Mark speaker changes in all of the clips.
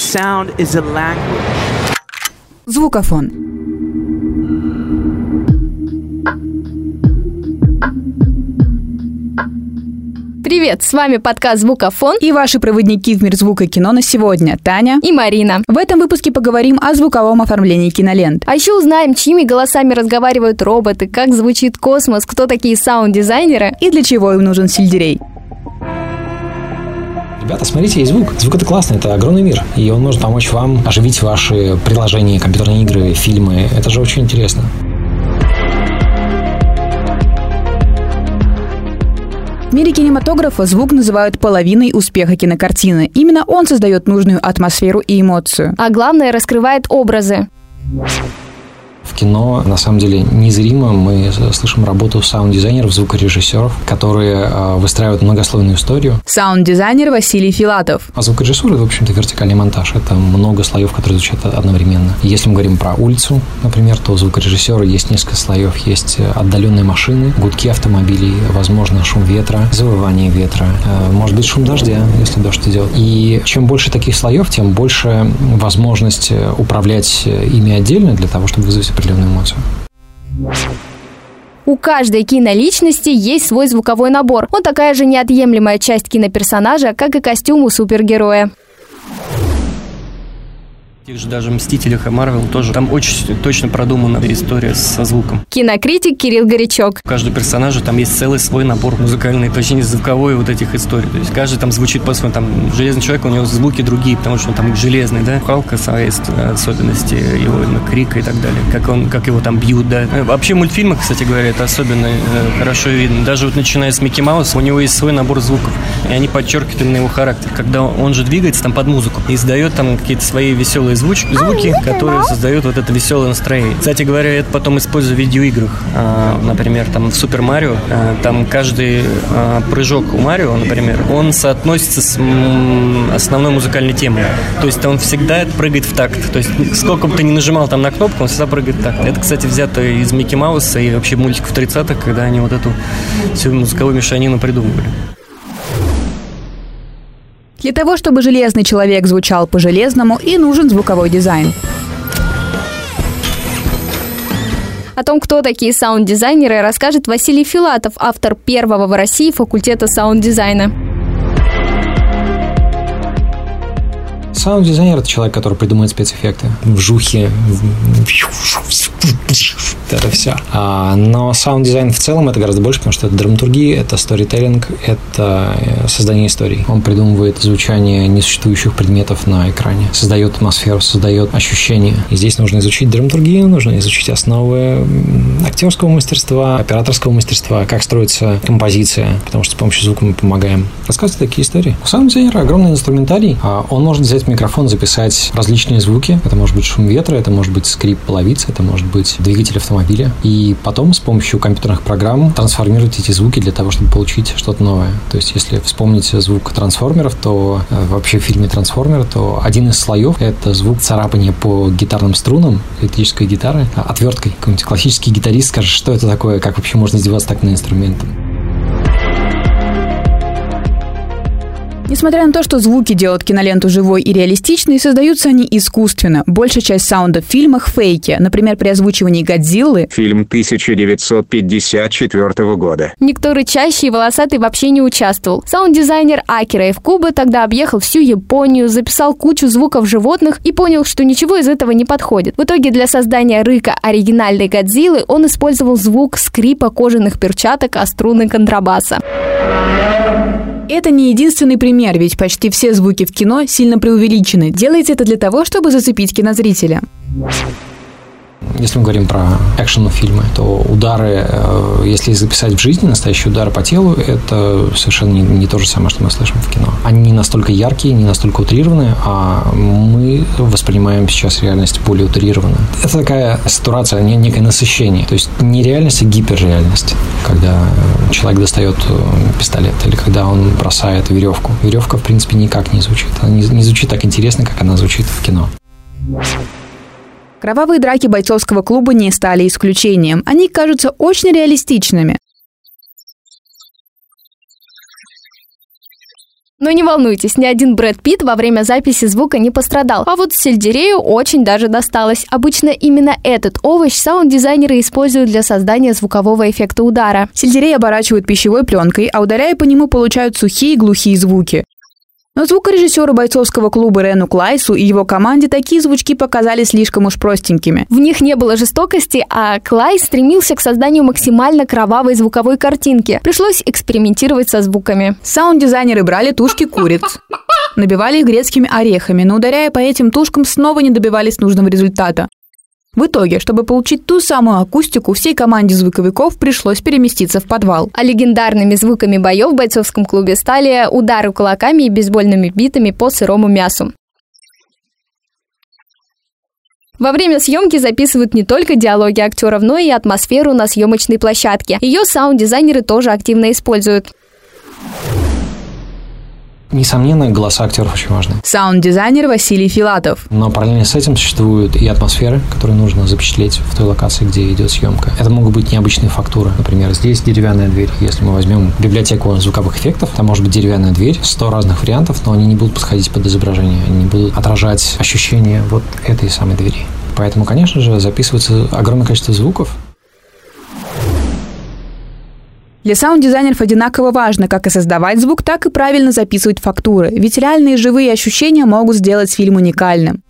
Speaker 1: Sound is a language.
Speaker 2: Звукофон.
Speaker 3: Привет, с вами подкаст «Звукофон»
Speaker 2: и ваши проводники в мир звука и кино на сегодня Таня
Speaker 3: и Марина.
Speaker 2: В этом выпуске поговорим о звуковом оформлении кинолент.
Speaker 3: А еще узнаем, чьими голосами разговаривают роботы, как звучит космос, кто такие саунд-дизайнеры
Speaker 2: и для чего им нужен сельдерей.
Speaker 4: Ребята, смотрите, есть звук. Звук — это классно, это огромный мир. И он может помочь вам оживить ваши приложения, компьютерные игры, фильмы. Это же очень интересно.
Speaker 2: В мире кинематографа звук называют половиной успеха кинокартины. Именно он создает нужную атмосферу и эмоцию.
Speaker 3: А главное, раскрывает образы.
Speaker 4: В кино, на самом деле, незримо мы слышим работу саунд-дизайнеров, звукорежиссеров, которые выстраивают многослойную историю.
Speaker 2: Саунд-дизайнер Василий Филатов.
Speaker 4: А звукорежиссура — это, в общем-то, вертикальный монтаж. Это много слоев, которые звучат одновременно. Если мы говорим про улицу, например, то у звукорежиссера есть несколько слоев. Есть отдаленные машины, гудки автомобилей, возможно, шум ветра, завывание ветра, может быть, шум дождя, если дождь идет. И чем больше таких слоев, тем больше возможность управлять ими отдельно для того, чтобы вызвать определенную эмоцию.
Speaker 3: У каждой киноличности есть свой звуковой набор. Он такая же неотъемлемая часть киноперсонажа, как и костюм у супергероя.
Speaker 5: В тех же даже «Мстителях» и «Марвел» тоже. Там очень точно продумана история со звуком.
Speaker 3: Кинокритик Кирилл Горячок.
Speaker 5: У каждого персонажа там есть целый свой набор музыкальный, точнее звуковой вот этих историй. То есть каждый там звучит по-своему. Там «Железный человек», у него звуки другие, потому что он там железный, да. Халка, свои особенности его крика и так далее. Как его там бьют, да. Вообще в мультфильмах, кстати говоря, это особенно хорошо видно. Даже вот начиная с Микки Мауса, у него есть свой набор звуков. И они подчеркивают именно его характер. Когда он же двигается там под музыку и издает там какие-то свои веселые звуки, которые создают вот это веселое настроение. Кстати говоря, это потом использую в видеоиграх. Например, там в Супер Марио, там каждый прыжок у Марио, например, он соотносится с основной музыкальной темой. То есть он всегда прыгает в такт. То есть сколько бы ты ни нажимал там на кнопку, он всегда прыгает в такт. Это, кстати, взято из Микки Мауса и вообще мультиков 30-х, когда они вот эту всю музыковую мешанину придумывали.
Speaker 2: Для того, чтобы железный человек звучал по-железному, и нужен звуковой дизайн.
Speaker 3: О том, кто такие саунд-дизайнеры, расскажет Василий Филатов, автор первого в России факультета саунд-дизайна.
Speaker 4: Саунд-дизайнер — это человек, который придумывает спецэффекты, вжухи, это все. Но саунд-дизайн в целом — это гораздо больше, потому что это драматургия, это сторителлинг, это создание историй. Он придумывает звучание несуществующих предметов на экране, создает атмосферу, создает ощущения. И здесь нужно изучить драматургию, нужно изучить основы актерского мастерства, операторского мастерства, как строится композиция, потому что с помощью звука мы помогаем рассказывать такие истории. У саунд-дизайнера огромный инструментарий. Он может взять микрофон, записать различные звуки. Это может быть шум ветра, это может быть скрип половицы, это может быть двигатель автомобиля. И потом с помощью компьютерных программ трансформировать эти звуки для того, чтобы получить что-то новое. То есть, если вспомнить звук трансформеров, то вообще в фильме «Трансформеры», то один из слоев — это звук царапания по гитарным струнам электрической гитары отверткой. Какой-нибудь классический гитарист скажет, что это такое, как вообще можно издеваться так на инструменте.
Speaker 2: Несмотря на то, что звуки делают киноленту живой и реалистичной, создаются они искусственно. Большая часть саунда в фильмах — фейки. Например, при озвучивании «Годзиллы»
Speaker 6: фильм 1954 года.
Speaker 3: Никто рычащий и волосатый вообще не участвовал. Саунд-дизайнер Акира Эвкуба тогда объехал всю Японию, записал кучу звуков животных и понял, что ничего из этого не подходит. В итоге для создания рыка оригинальной «Годзиллы» он использовал звук скрипа кожаных перчаток о струны контрабаса.
Speaker 2: Это не единственный пример, ведь почти все звуки в кино сильно преувеличены. Делается это для того, чтобы зацепить кинозрителя.
Speaker 4: Если мы говорим про экшн-фильмы, то удары, если записать в жизни, настоящие удары по телу, это совершенно не то же самое, что мы слышим в кино. Они не настолько яркие, не настолько утрированные, а мы воспринимаем сейчас реальность более утрированно. Это такая сатурация, некое насыщение. То есть не реальность, а гиперреальность. Когда человек достает пистолет или когда он бросает веревку. Веревка, в принципе, никак не звучит. Она не звучит так интересно, как она звучит в кино.
Speaker 2: Кровавые драки бойцовского клуба не стали исключением. Они кажутся очень реалистичными.
Speaker 3: Но не волнуйтесь, ни один Брэд Питт во время записи звука не пострадал. А вот сельдерею очень даже досталось. Обычно именно этот овощ саунд-дизайнеры используют для создания звукового эффекта удара.
Speaker 2: Сельдерей оборачивают пищевой пленкой, а ударяя по нему, получают сухие глухие звуки. Но звукорежиссеру бойцовского клуба Рену Клайсу и его команде такие звучки показались слишком уж простенькими.
Speaker 3: В них не было жестокости, а Клайс стремился к созданию максимально кровавой звуковой картинки. Пришлось экспериментировать со звуками.
Speaker 2: Саунд-дизайнеры брали тушки куриц, набивали их грецкими орехами, но ударяя по этим тушкам, снова не добивались нужного результата. В итоге, чтобы получить ту самую акустику, всей команде звуковиков пришлось переместиться в подвал.
Speaker 3: А легендарными звуками боев в бойцовском клубе стали удары кулаками и бейсбольными битами по сырому мясу. Во время съемки записывают не только диалоги актеров, но и атмосферу на съемочной площадке. Ее саунд-дизайнеры тоже активно используют.
Speaker 4: Несомненно, голоса актеров очень важны.
Speaker 2: Саунд-дизайнер Василий Филатов.
Speaker 4: Но параллельно с этим существуют и атмосферы, которые нужно запечатлеть в той локации, где идет съемка. Это могут быть необычные фактуры. Например, здесь деревянная дверь. Если мы возьмем библиотеку звуковых эффектов, там может быть деревянная дверь, 100 разных вариантов, но они не будут подходить под изображение, они не будут отражать ощущение вот этой самой двери. Поэтому, конечно же, записывается огромное количество звуков.
Speaker 2: Для саунд-дизайнеров одинаково важно как и создавать звук, так и правильно записывать фактуры, ведь реальные живые ощущения могут сделать фильм уникальным.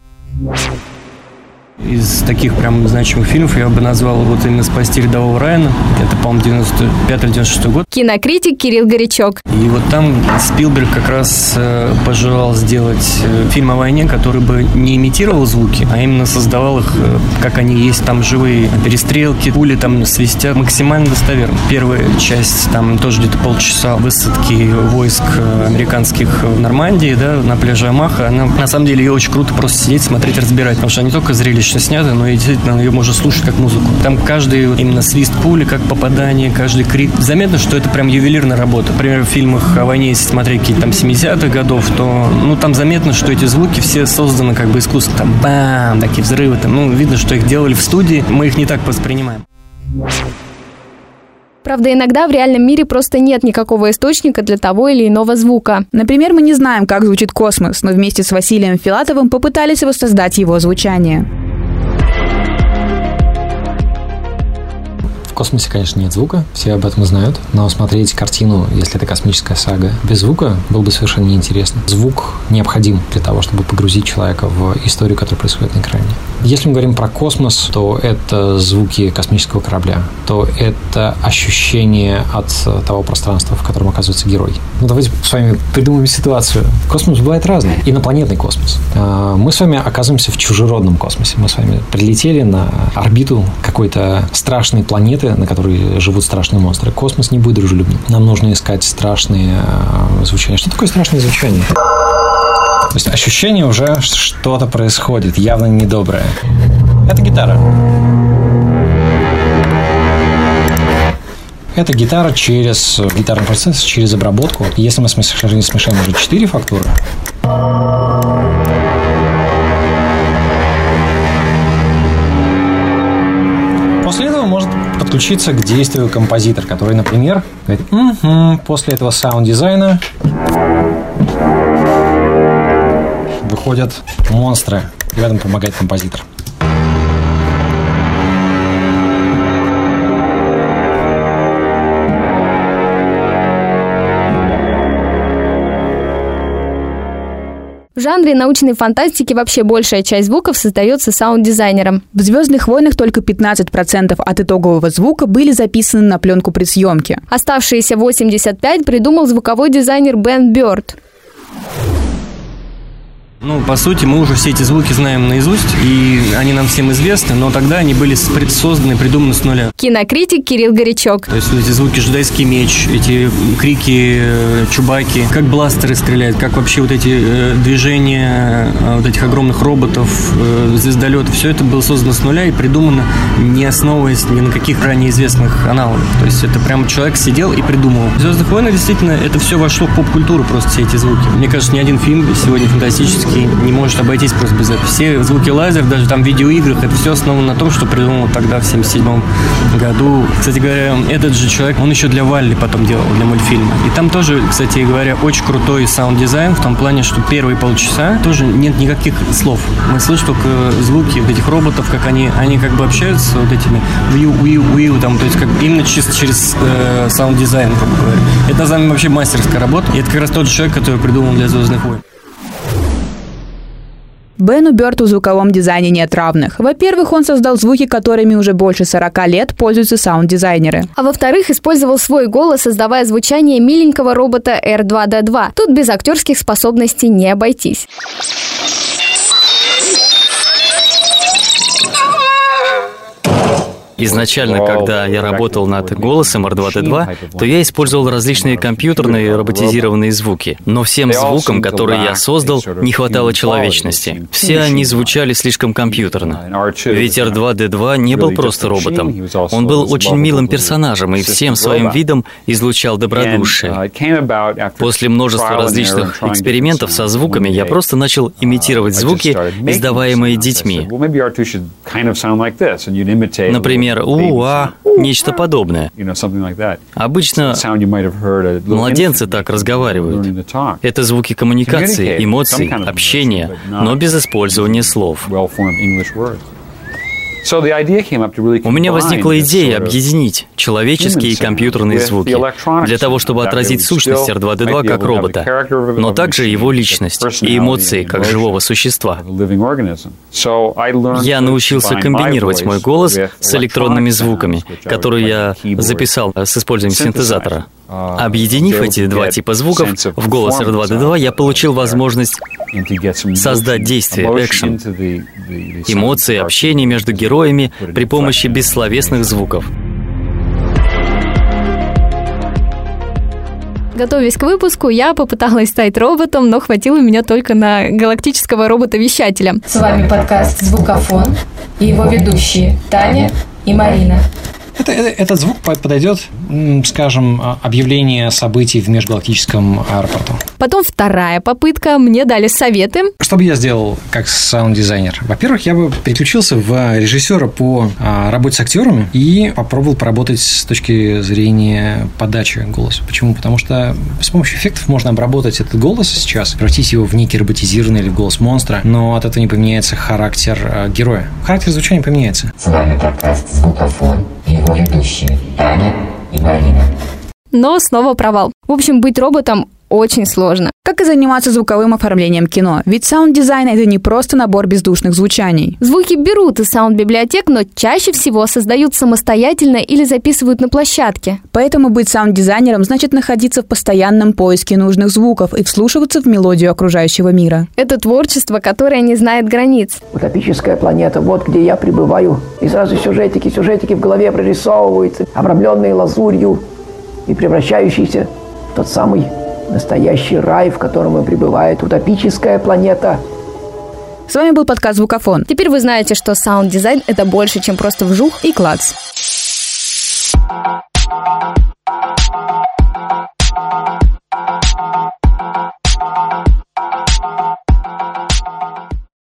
Speaker 5: Из таких прям значимых фильмов я бы назвал вот именно «Спасти рядового Райана». Это, по-моему, 95-96 год.
Speaker 3: Кинокритик Кирилл Горячок.
Speaker 5: И вот там Спилберг как раз пожелал сделать фильм о войне, который бы не имитировал звуки, а именно создавал их, как они есть, там живые перестрелки, пули там свистят максимально достоверно. Первая часть, там тоже где-то полчаса высадки войск американских в Нормандии, да, на пляже Омаха. Она, на самом деле, ее очень круто просто сидеть, смотреть, разбирать, потому что не только зрелищно снято, но и действительно ее можно слушать как музыку. Там каждый именно свист пули, как попадание, каждый крик. Заметно, что это прям ювелирная работа. Например, в фильмах о войне, если смотреть какие-то там 70-х годов, то там заметно, что эти звуки все созданы как бы искусственно. Там бам, такие взрывы. Там, видно, что их делали в студии. Мы их не так воспринимаем.
Speaker 3: Правда, иногда в реальном мире просто нет никакого источника для того или иного звука.
Speaker 2: Например, мы не знаем, как звучит космос, но вместе с Василием Филатовым попытались воссоздать его звучание.
Speaker 4: В космосе, конечно, нет звука, все об этом знают, но смотреть картину, если это космическая сага, без звука было бы совершенно неинтересно. Звук необходим для того, чтобы погрузить человека в историю, которая происходит на экране. Если мы говорим про космос, то это звуки космического корабля, то это ощущение от того пространства, в котором оказывается герой. Давайте с вами придумаем ситуацию. Космос бывает разный. Инопланетный космос. Мы с вами оказываемся в чужеродном космосе. Мы с вами прилетели на орбиту какой-то страшной планеты, на которой живут страшные монстры. Космос не будет дружелюбным. Нам нужно искать страшные звучания. Что такое страшное звучание? То есть ощущение уже что-то происходит, явно недоброе. Это гитара. Это гитара через гитарный процесс, через обработку. Если мы смешаем уже 4 фактуры, после этого может подключиться к действию композитор, который, например, говорит, после этого саунд-дизайна выходят монстры, и в этом помогает композитор.
Speaker 3: В жанре научной фантастики вообще большая часть звуков создается саунд-дизайнером.
Speaker 2: В «Звездных войнах» только 15% от итогового звука были записаны на пленку при съемке.
Speaker 3: Оставшиеся 85% придумал звуковой дизайнер Бен Бёрд.
Speaker 5: По сути, мы уже все эти звуки знаем наизусть, и они нам всем известны, но тогда они были созданы, придуманы с нуля.
Speaker 3: Кинокритик Кирилл Горячок.
Speaker 5: То есть эти звуки «Джедайский меч», эти крики Чубаки, как бластеры стреляют, как вообще вот эти движения вот этих огромных роботов, звездолетов, все это было создано с нуля и придумано, не основываясь ни на каких ранее известных аналогах. То есть это прям человек сидел и придумывал. В «Звездных войнах» действительно это все вошло в поп-культуру, просто все эти звуки. Мне кажется, ни один фильм сегодня фантастический практически не может обойтись просто без этого. Все звуки лазер, даже там в видеоиграх, это все основано на том, что придумал тогда в 1977 году. Кстати говоря, этот же человек, он еще для Валли потом делал, для мультфильма. И там тоже, кстати говоря, очень крутой саунд-дизайн в том плане, что первые полчаса тоже нет никаких слов. Мы слышим только звуки вот этих роботов, как они как бы общаются вот этими вью, там, то есть как именно чисто через саунд-дизайн, грубо говоря. Это, на самом деле, вообще мастерская работа. И это как раз тот же человек, который придумал для «Звездных войн».
Speaker 2: Бену Бёрту в звуковом дизайне нет равных. Во-первых, он создал звуки, которыми уже больше 40 лет пользуются саунд-дизайнеры.
Speaker 3: А во-вторых, использовал свой голос, создавая звучание миленького робота R2-D2. Тут без актерских способностей не обойтись.
Speaker 6: Изначально, когда я работал над голосом R2-D2, то я использовал различные компьютерные роботизированные звуки. Но всем звукам, которые я создал, не хватало человечности. Все они звучали слишком компьютерно. Ведь R2-D2 не был просто роботом. Он был очень милым персонажем и всем своим видом излучал добродушие. После множества различных экспериментов со звуками я просто начал имитировать звуки, издаваемые детьми. Например, «у-а», нечто подобное. Обычно младенцы так разговаривают. Это звуки коммуникации, эмоций, общения, но без использования слов. У меня возникла идея объединить человеческие и компьютерные звуки для того, чтобы отразить сущность R2-D2 как робота, но также его личность и эмоции как живого существа. Я научился комбинировать мой голос с электронными звуками, которые я записал с использованием синтезатора. Объединив эти два типа звуков в голос R2-D2, я получил возможность создать действие, экшен, эмоции, общение между героями при помощи бессловесных звуков.
Speaker 3: Готовясь к выпуску, я попыталась стать роботом, но хватило меня только на галактического робота-вещателя.
Speaker 7: С вами подкаст «Звукофон» и его ведущие Таня и Марина.
Speaker 4: Этот звук подойдет, скажем, объявление событий в межгалактическом аэропорту.
Speaker 3: Потом вторая попытка, мне дали советы.
Speaker 4: Что бы я сделал как саунд-дизайнер? Во-первых, я бы переключился в режиссера по работе с актерами и попробовал поработать с точки зрения подачи голоса. Почему? Потому что с помощью эффектов можно обработать этот голос сейчас, превратить его в некий роботизированный или в голос монстра, но от этого не поменяется характер героя. Характер звучания поменяется.
Speaker 7: С вами подкаст «Звукофон» и его ведущие Таня и Марина.
Speaker 3: Но снова провал. В общем, быть роботом очень сложно.
Speaker 2: Как и заниматься звуковым оформлением кино. Ведь саунд-дизайн – это не просто набор бездушных звучаний.
Speaker 3: Звуки берут из саунд-библиотек, но чаще всего создают самостоятельно или записывают на площадке.
Speaker 2: Поэтому быть саунд-дизайнером значит находиться в постоянном поиске нужных звуков и вслушиваться в мелодию окружающего мира.
Speaker 3: Это творчество, которое не знает границ.
Speaker 8: Утопическая планета, вот где я пребываю. И сразу сюжетики в голове прорисовываются, обрамленные лазурью и превращающиеся в тот самый настоящий рай, в котором и пребывает утопическая планета.
Speaker 2: С вами был подкаст «Звукофон».
Speaker 3: Теперь вы знаете, что саунд-дизайн – это больше, чем просто вжух
Speaker 2: и клац.